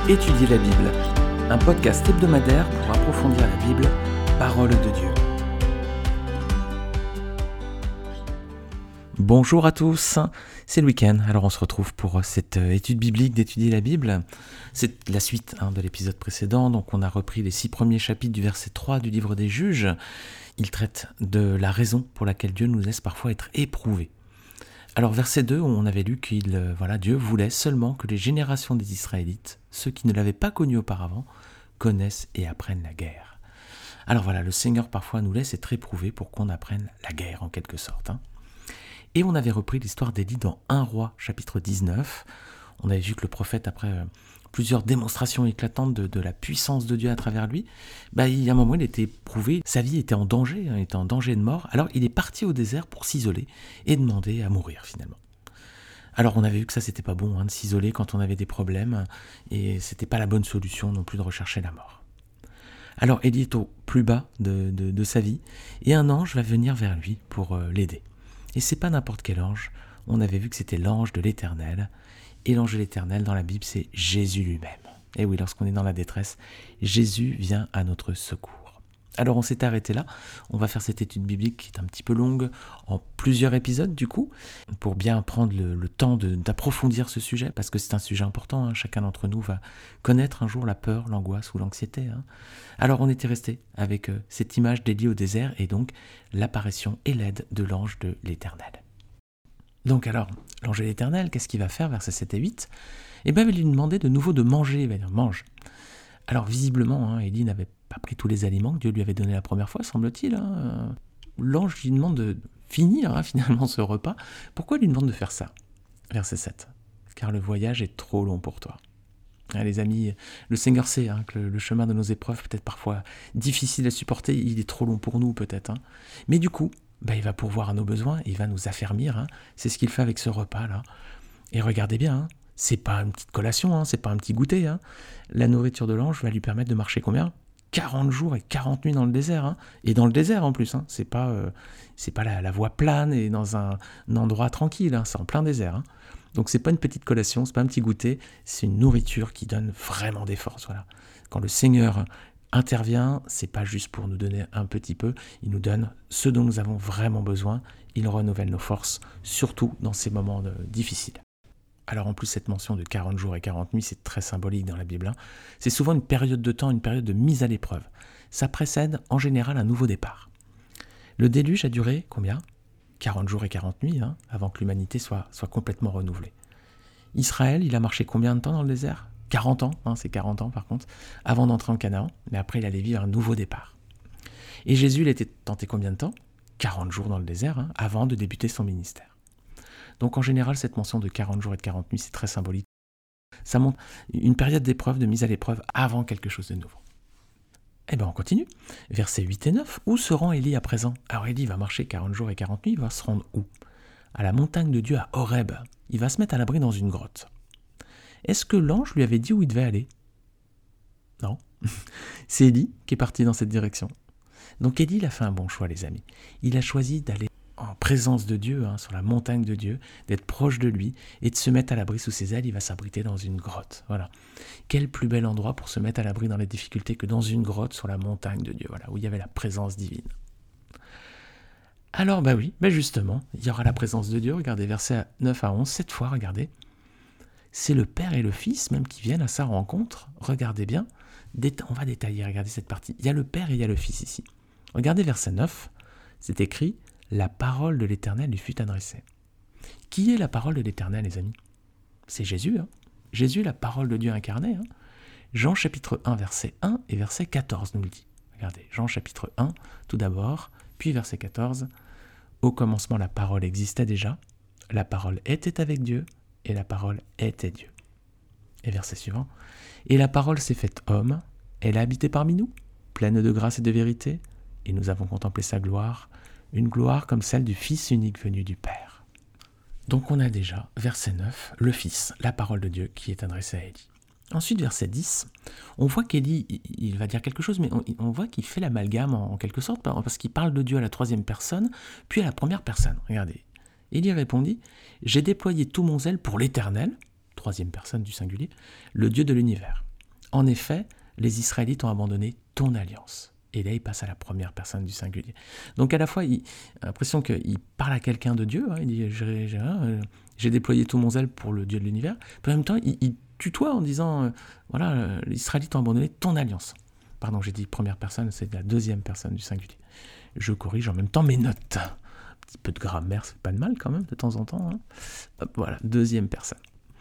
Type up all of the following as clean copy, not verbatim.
Étudier la Bible, un podcast hebdomadaire pour approfondir la Bible, parole de Dieu. Bonjour à tous, c'est le week-end, alors on se retrouve pour cette étude biblique d'étudier la Bible. C'est la suite de l'épisode précédent, donc on a repris les 6 premiers chapitres du verset 3 du livre des Juges. Il traite de la raison pour laquelle Dieu nous laisse parfois être éprouvés. Alors verset 2, on avait lu que Dieu voulait seulement que les générations des Israélites, ceux qui ne l'avaient pas connu auparavant, connaissent et apprennent la guerre. Alors voilà, le Seigneur parfois nous laisse être éprouvés pour qu'on apprenne la guerre en quelque sorte. Et on avait repris l'histoire d'Élie dans 1 Roi chapitre 19. On avait vu que le prophète, après plusieurs démonstrations éclatantes de la puissance de Dieu à travers lui, il y a un moment il était éprouvé, sa vie était en danger, il était en danger de mort, alors il est parti au désert pour s'isoler et demander à mourir finalement. Alors on avait vu que ça c'était pas bon de s'isoler quand on avait des problèmes, et c'était pas la bonne solution non plus de rechercher la mort. Alors Élie est au plus bas de sa vie, et un ange va venir vers lui pour l'aider. Et c'est pas n'importe quel ange, on avait vu que c'était l'ange de l'Éternel. Et l'ange de l'Éternel dans la Bible, c'est Jésus lui-même. Et oui, lorsqu'on est dans la détresse, Jésus vient à notre secours. Alors on s'est arrêté là, on va faire cette étude biblique qui est un petit peu longue, en plusieurs épisodes du coup, pour bien prendre le temps d'approfondir ce sujet, parce que c'est un sujet important, chacun d'entre nous va connaître un jour la peur, l'angoisse ou l'anxiété. Alors on était resté avec cette image d'Élie au désert, et donc l'apparition et l'aide de l'ange de l'Éternel. Donc alors, l'ange de l'Éternel, qu'est-ce qu'il va faire, versets 7 et 8 ? Il va lui demander de nouveau de manger, il va dire « mange ». Alors visiblement, Élie n'avait pas pris tous les aliments que Dieu lui avait donnés la première fois, semble-t-il. L'ange lui demande de finir finalement ce repas. Pourquoi il lui demande de faire ça ? Verset 7. « Car le voyage est trop long pour toi ». Les amis, le Seigneur sait que le chemin de nos épreuves peut être parfois difficile à supporter, il est trop long pour nous peut-être. Mais du coup, il va pourvoir à nos besoins, il va nous affermir, c'est ce qu'il fait avec ce repas-là. Et regardez bien, c'est pas une petite collation, c'est pas un petit goûter. La nourriture de l'ange va lui permettre de marcher combien ? 40 jours et 40 nuits dans le désert, et dans le désert en plus, c'est pas la voie plane et dans un endroit tranquille, c'est en plein désert. Donc c'est pas une petite collation, c'est pas un petit goûter, c'est une nourriture qui donne vraiment des forces. Voilà. Quand le Seigneur intervient, c'est pas juste pour nous donner un petit peu, il nous donne ce dont nous avons vraiment besoin, il renouvelle nos forces, surtout dans ces moments difficiles. Alors en plus, cette mention de 40 jours et 40 nuits, c'est très symbolique dans la Bible. C'est souvent une période de temps, une période de mise à l'épreuve. Ça précède en général un nouveau départ. Le déluge a duré combien ? 40 jours et 40 nuits, avant que l'humanité soit complètement renouvelée. Israël, il a marché combien de temps dans le désert ? 40 ans, c'est 40 ans par contre, avant d'entrer en Canaan, mais après il allait vivre un nouveau départ. Et Jésus, il était tenté combien de temps ? 40 jours dans le désert, avant de débuter son ministère. Donc en général, cette mention de 40 jours et de 40 nuits, c'est très symbolique. Ça montre une période d'épreuve, de mise à l'épreuve, avant quelque chose de nouveau. Eh bien on continue, versets 8 et 9, où se rend Élie à présent ? Alors Élie va marcher 40 jours et 40 nuits, il va se rendre où ? À la montagne de Dieu, à Horeb. Il va se mettre à l'abri dans une grotte. Est-ce que l'ange lui avait dit où il devait aller ? Non. C'est Élie qui est parti dans cette direction. Donc Élie, il a fait un bon choix, les amis. Il a choisi d'aller en présence de Dieu, sur la montagne de Dieu, d'être proche de lui et de se mettre à l'abri sous ses ailes. Il va s'abriter dans une grotte. Voilà. Quel plus bel endroit pour se mettre à l'abri dans les difficultés que dans une grotte sur la montagne de Dieu, où il y avait la présence divine. Alors justement, il y aura la présence de Dieu. Regardez, versets 9 à 11, 7 fois, regardez. C'est le Père et le Fils même qui viennent à sa rencontre. Regardez bien, on va détailler, regardez cette partie. Il y a le Père et il y a le Fils ici. Regardez verset 9, c'est écrit « La parole de l'Éternel lui fut adressée ». Qui est la parole de l'Éternel, les amis ? C'est Jésus. Jésus, la parole de Dieu incarnée. Jean chapitre 1, verset 1 et verset 14 nous le dit. Regardez, Jean chapitre 1, tout d'abord, puis verset 14. « Au commencement, la parole existait déjà. La parole était avec Dieu. Et la parole était Dieu. » Et verset suivant. « Et la parole s'est faite homme, elle a habité parmi nous, pleine de grâce et de vérité, et nous avons contemplé sa gloire, une gloire comme celle du Fils unique venu du Père. » Donc on a déjà, verset 9, le Fils, la parole de Dieu qui est adressée à Élie. Ensuite, verset 10, on voit qu'Élie, il va dire quelque chose, mais on voit qu'il fait l'amalgame en quelque sorte, parce qu'il parle de Dieu à la troisième personne, puis à la première personne. Regardez. Élie répondit « J'ai déployé tout mon zèle pour l'Éternel, troisième personne du singulier, le Dieu de l'univers. En effet, les Israélites ont abandonné ton alliance. Et là, il passe à la première personne du singulier. Donc à la fois, il a l'impression qu'il parle à quelqu'un de Dieu. Il dit j'ai déployé tout mon zèle pour le Dieu de l'univers. Puis en même temps, il tutoie en disant voilà, les Israélites ont abandonné ton alliance. Pardon, j'ai dit première personne, c'est la deuxième personne du singulier. Je corrige en même temps mes notes. Un petit peu de grammaire, c'est pas de mal quand même, de temps en temps. Hop, voilà, deuxième personne.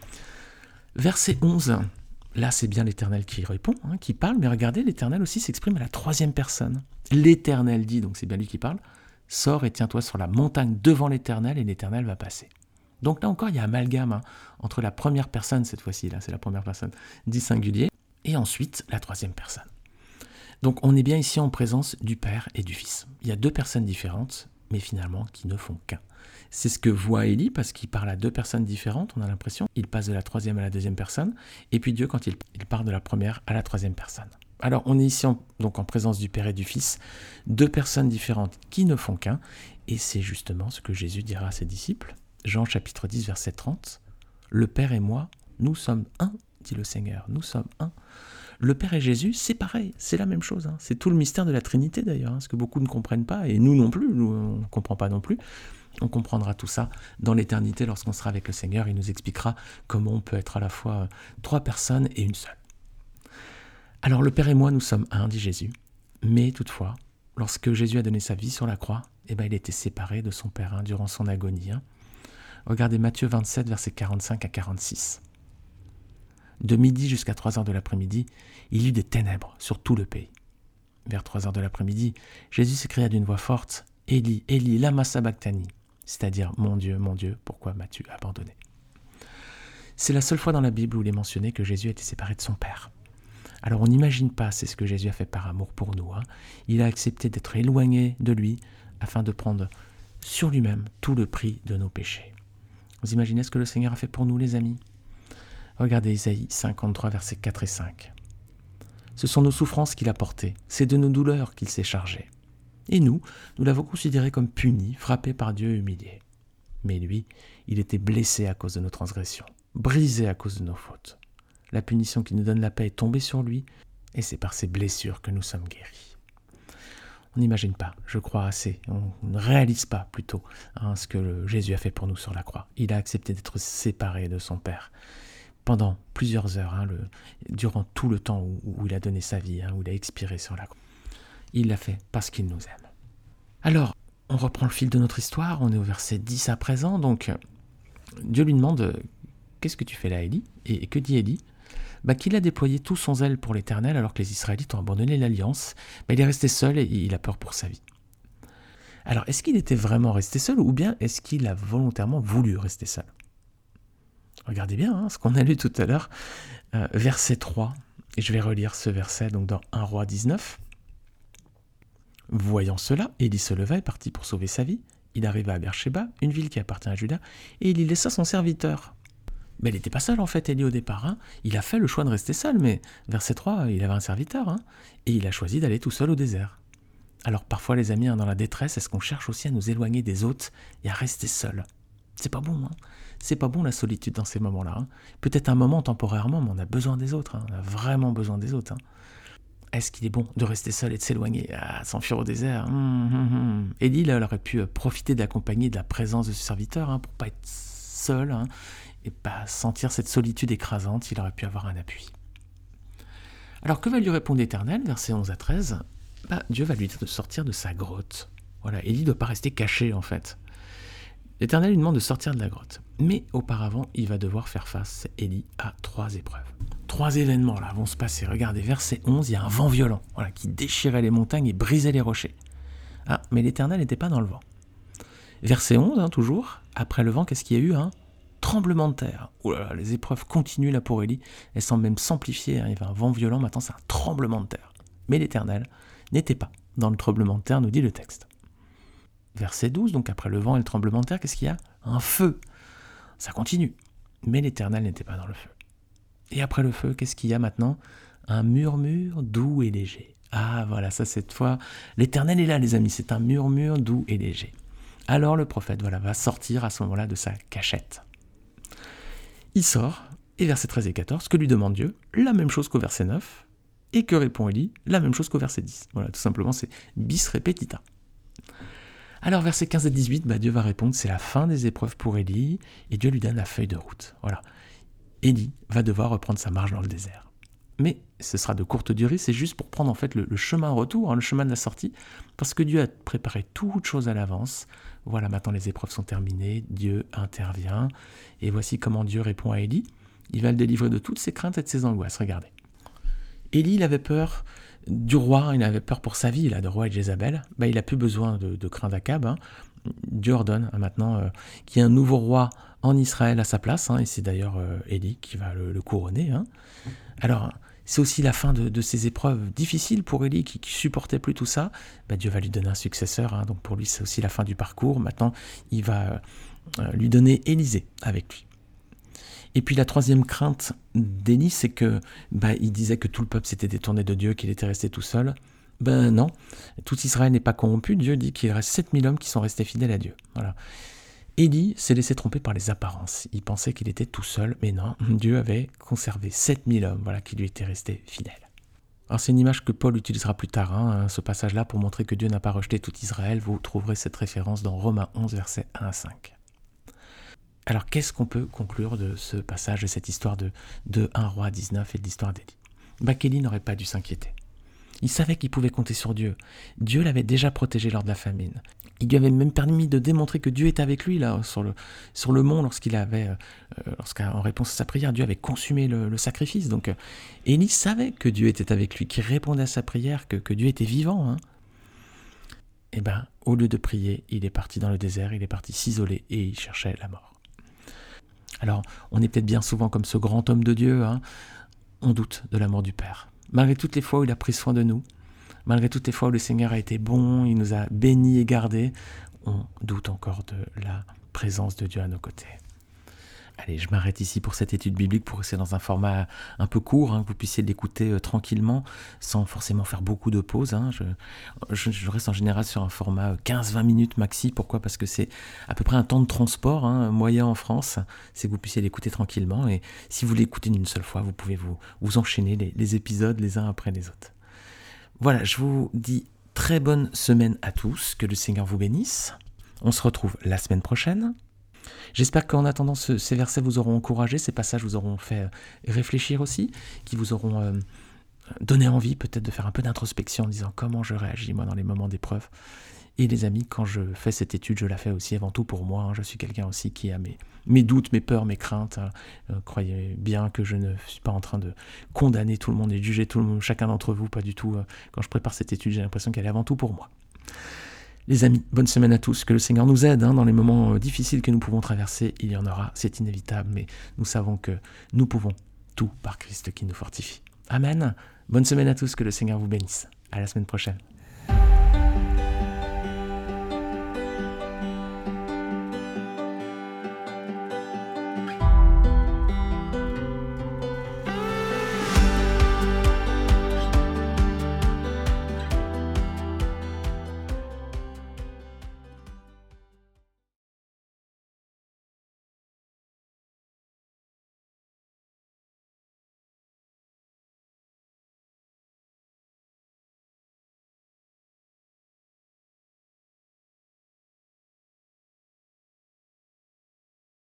Verset 11. Là, c'est bien l'Éternel qui répond, qui parle, mais regardez, l'Éternel aussi s'exprime à la troisième personne. L'Éternel dit, donc c'est bien lui qui parle, « Sors et tiens-toi sur la montagne devant l'Éternel, et l'Éternel va passer. » Donc là encore, il y a amalgame entre la première personne, cette fois-ci, là, c'est la première personne, dit singulier, et ensuite la troisième personne. Donc on est bien ici en présence du Père et du Fils. Il y a deux personnes différentes, mais finalement qui ne font qu'un. C'est ce que voit Élie, parce qu'il parle à deux personnes différentes, on a l'impression. Il passe de la troisième à la deuxième personne, et puis Dieu, quand il part de la première à la troisième personne. Alors, on est ici donc en présence du Père et du Fils, deux personnes différentes qui ne font qu'un, et c'est justement ce que Jésus dira à ses disciples. Jean chapitre 10, verset 30. « Le Père et moi, nous sommes un, dit le Seigneur, nous sommes un. » Le Père et Jésus, c'est pareil, c'est la même chose. C'est tout le mystère de la Trinité d'ailleurs, ce que beaucoup ne comprennent pas, et nous non plus, nous on ne comprend pas non plus. On comprendra tout ça dans l'éternité lorsqu'on sera avec le Seigneur. Il nous expliquera comment on peut être à la fois trois personnes et une seule. Alors le Père et moi, nous sommes un, dit Jésus. Mais toutefois, lorsque Jésus a donné sa vie sur la croix, il était séparé de son Père durant son agonie. Regardez Matthieu 27, versets 45 à 46. De midi jusqu'à 3 heures de l'après-midi, il y eut des ténèbres sur tout le pays. Vers 3 heures de l'après-midi, Jésus s'écria d'une voix forte, « Élie, Élie, lama sabachthani » c'est-à-dire « Mon Dieu, pourquoi m'as-tu abandonné ?» C'est la seule fois dans la Bible où il est mentionné que Jésus a été séparé de son Père. Alors on n'imagine pas, c'est ce que Jésus a fait par amour pour nous. Il a accepté d'être éloigné de lui afin de prendre sur lui-même tout le prix de nos péchés. Vous imaginez ce que le Seigneur a fait pour nous, les amis ? Regardez Isaïe 53, versets 4 et 5. « Ce sont nos souffrances qu'il a portées, c'est de nos douleurs qu'il s'est chargé. Et nous l'avons considéré comme puni, frappé par Dieu, humilié. Mais lui, il était blessé à cause de nos transgressions, brisé à cause de nos fautes. La punition qui nous donne la paix est tombée sur lui, et c'est par ses blessures que nous sommes guéris. » On n'imagine pas, je crois assez, on ne réalise pas plutôt ce que Jésus a fait pour nous sur la croix. Il a accepté d'être séparé de son Père pendant plusieurs heures, durant tout le temps où il a donné sa vie, où il a expiré sur la croix. Il l'a fait parce qu'il nous aime. Alors, on reprend le fil de notre histoire, on est au verset 10 à présent, donc Dieu lui demande « Qu'est-ce que tu fais là, Élie ?» Et que dit Élie ? Qu'il a déployé tout son zèle pour l'Éternel alors que les Israélites ont abandonné l'alliance. Il est resté seul et il a peur pour sa vie. Alors, est-ce qu'il était vraiment resté seul ou bien est-ce qu'il a volontairement voulu rester seul ? Regardez bien ce qu'on a lu tout à l'heure, verset 3, et je vais relire ce verset donc dans 1 Roi 19. Voyant cela, Élie se leva et partit pour sauver sa vie. Il arriva à Beersheba, une ville qui appartient à Juda, et il y laissa son serviteur. Mais il n'était pas seul en fait, Élie au départ. Il a fait le choix de rester seul, mais verset 3, il avait un serviteur, et il a choisi d'aller tout seul au désert. Alors parfois les amis, dans la détresse, est-ce qu'on cherche aussi à nous éloigner des autres et à rester seul ? C'est pas bon, C'est pas bon la solitude dans ces moments-là. Peut-être un moment temporairement, mais on a besoin des autres, On a vraiment besoin des autres, Est-ce qu'il est bon de rester seul et de s'éloigner, s'enfuir au désert Élie, là, elle aurait pu profiter d'accompagner de la présence de ce serviteur pour pas être seul et pas sentir cette solitude écrasante. Il aurait pu avoir un appui. Alors que va lui répondre l'Éternel, versets 11 à 13 ? Dieu va lui dire de sortir de sa grotte. Voilà, Élie ne doit pas rester caché en fait. L'Éternel lui demande de sortir de la grotte. Mais auparavant, il va devoir faire face, Élie, à 3 épreuves. 3 événements là vont se passer. Regardez, verset 11, il y a un vent violent qui déchirait les montagnes et brisait les rochers. Mais l'Éternel n'était pas dans le vent. Verset 11, toujours, après le vent, qu'est-ce qu'il y a eu ? Tremblement de terre. Oh là là, les épreuves continuent là pour Élie. Elles semblent même s'amplifier. Il y avait un vent violent, maintenant c'est un tremblement de terre. Mais l'Éternel n'était pas dans le tremblement de terre, nous dit le texte. Verset 12, donc après le vent et le tremblement de terre, qu'est-ce qu'il y a ? Un feu. Ça continue. Mais l'Éternel n'était pas dans le feu. Et après le feu, qu'est-ce qu'il y a maintenant ? Un murmure doux et léger. Voilà, ça cette fois, l'Éternel est là les amis, c'est un murmure doux et léger. Alors le prophète va sortir à ce moment-là de sa cachette. Il sort, Et versets 13 et 14, que lui demande Dieu? La même chose qu'au verset 9. Et que répond Élie? La même chose qu'au verset 10. Voilà, tout simplement, c'est bis repetita. Alors, versets 15 et 18, Dieu va répondre, c'est la fin des épreuves pour Élie, et Dieu lui donne la feuille de route. Voilà. Élie va devoir reprendre sa marche dans le désert. Mais ce sera de courte durée, c'est juste pour prendre en fait le chemin retour, le chemin de la sortie, parce que Dieu a préparé toute chose à l'avance. Voilà, maintenant les épreuves sont terminées, Dieu intervient, et voici comment Dieu répond à Élie. Il va le délivrer de toutes ses craintes et de ses angoisses, regardez. Élie, il avait peur du roi, il avait peur pour sa vie, de roi et de Jézabel. Il n'a plus besoin de craindre Akab. Dieu ordonne maintenant qu'il y ait un nouveau roi en Israël à sa place, et c'est d'ailleurs Élie qui va le couronner. Alors, c'est aussi la fin de ces épreuves difficiles pour Élie qui supportait plus tout ça. Dieu va lui donner un successeur, donc pour lui c'est aussi la fin du parcours. Maintenant, il va lui donner Élisée avec lui. Et puis la troisième crainte d'Élie, c'est que il disait que tout le peuple s'était détourné de Dieu, qu'il était resté tout seul. Non, tout Israël n'est pas corrompu. Dieu dit qu'il reste 7000 hommes qui sont restés fidèles à Dieu. Voilà. Élie s'est laissé tromper par les apparences. Il pensait qu'il était tout seul, mais non, Dieu avait conservé 7000 hommes qui lui étaient restés fidèles. Alors c'est une image que Paul utilisera plus tard, ce passage-là, pour montrer que Dieu n'a pas rejeté tout Israël. Vous trouverez cette référence dans Romains 11, versets 1 à 5. Alors qu'est-ce qu'on peut conclure de ce passage, de cette histoire de 1 roi 19 et de l'histoire d'Élie? Qu'Élie n'aurait pas dû s'inquiéter. Il savait qu'il pouvait compter sur Dieu. Dieu l'avait déjà protégé lors de la famine. Il lui avait même permis de démontrer que Dieu était avec lui sur le mont lorsqu'en réponse à sa prière, Dieu avait consumé le sacrifice. Donc Élie savait que Dieu était avec lui, qu'il répondait à sa prière, que Dieu était vivant. Et au lieu de prier, il est parti dans le désert, il est parti s'isoler et il cherchait la mort. Alors, on est peut-être bien souvent comme ce grand homme de Dieu, on doute de l'amour du Père. Malgré toutes les fois où il a pris soin de nous, malgré toutes les fois où le Seigneur a été bon, il nous a bénis et gardés, on doute encore de la présence de Dieu à nos côtés. Allez, je m'arrête ici pour cette étude biblique, pour rester dans un format un peu court, que vous puissiez l'écouter tranquillement, sans forcément faire beaucoup de pauses. Je reste en général sur un format 15-20 minutes maxi. Pourquoi ? Parce que c'est à peu près un temps de transport moyen en France, c'est que vous puissiez l'écouter tranquillement. Et si vous l'écoutez d'une seule fois, vous pouvez vous enchaîner les épisodes les uns après les autres. Voilà, je vous dis très bonne semaine à tous, que le Seigneur vous bénisse. On se retrouve la semaine prochaine. J'espère qu'en attendant ces versets vous auront encouragé, ces passages vous auront fait réfléchir aussi, qui vous auront donné envie peut-être de faire un peu d'introspection en disant comment je réagis moi dans les moments d'épreuve. Et les amis, quand je fais cette étude, je la fais aussi avant tout pour moi. Je suis quelqu'un aussi qui a mes doutes, mes peurs, mes craintes. Croyez bien que je ne suis pas en train de condamner tout le monde et de juger tout le monde, chacun d'entre vous, pas du tout. Quand je prépare cette étude, j'ai l'impression qu'elle est avant tout pour moi. Les amis, bonne semaine à tous, que le Seigneur nous aide dans les moments difficiles que nous pouvons traverser, il y en aura, c'est inévitable, mais nous savons que nous pouvons tout par Christ qui nous fortifie. Amen, bonne semaine à tous, que le Seigneur vous bénisse. À la semaine prochaine.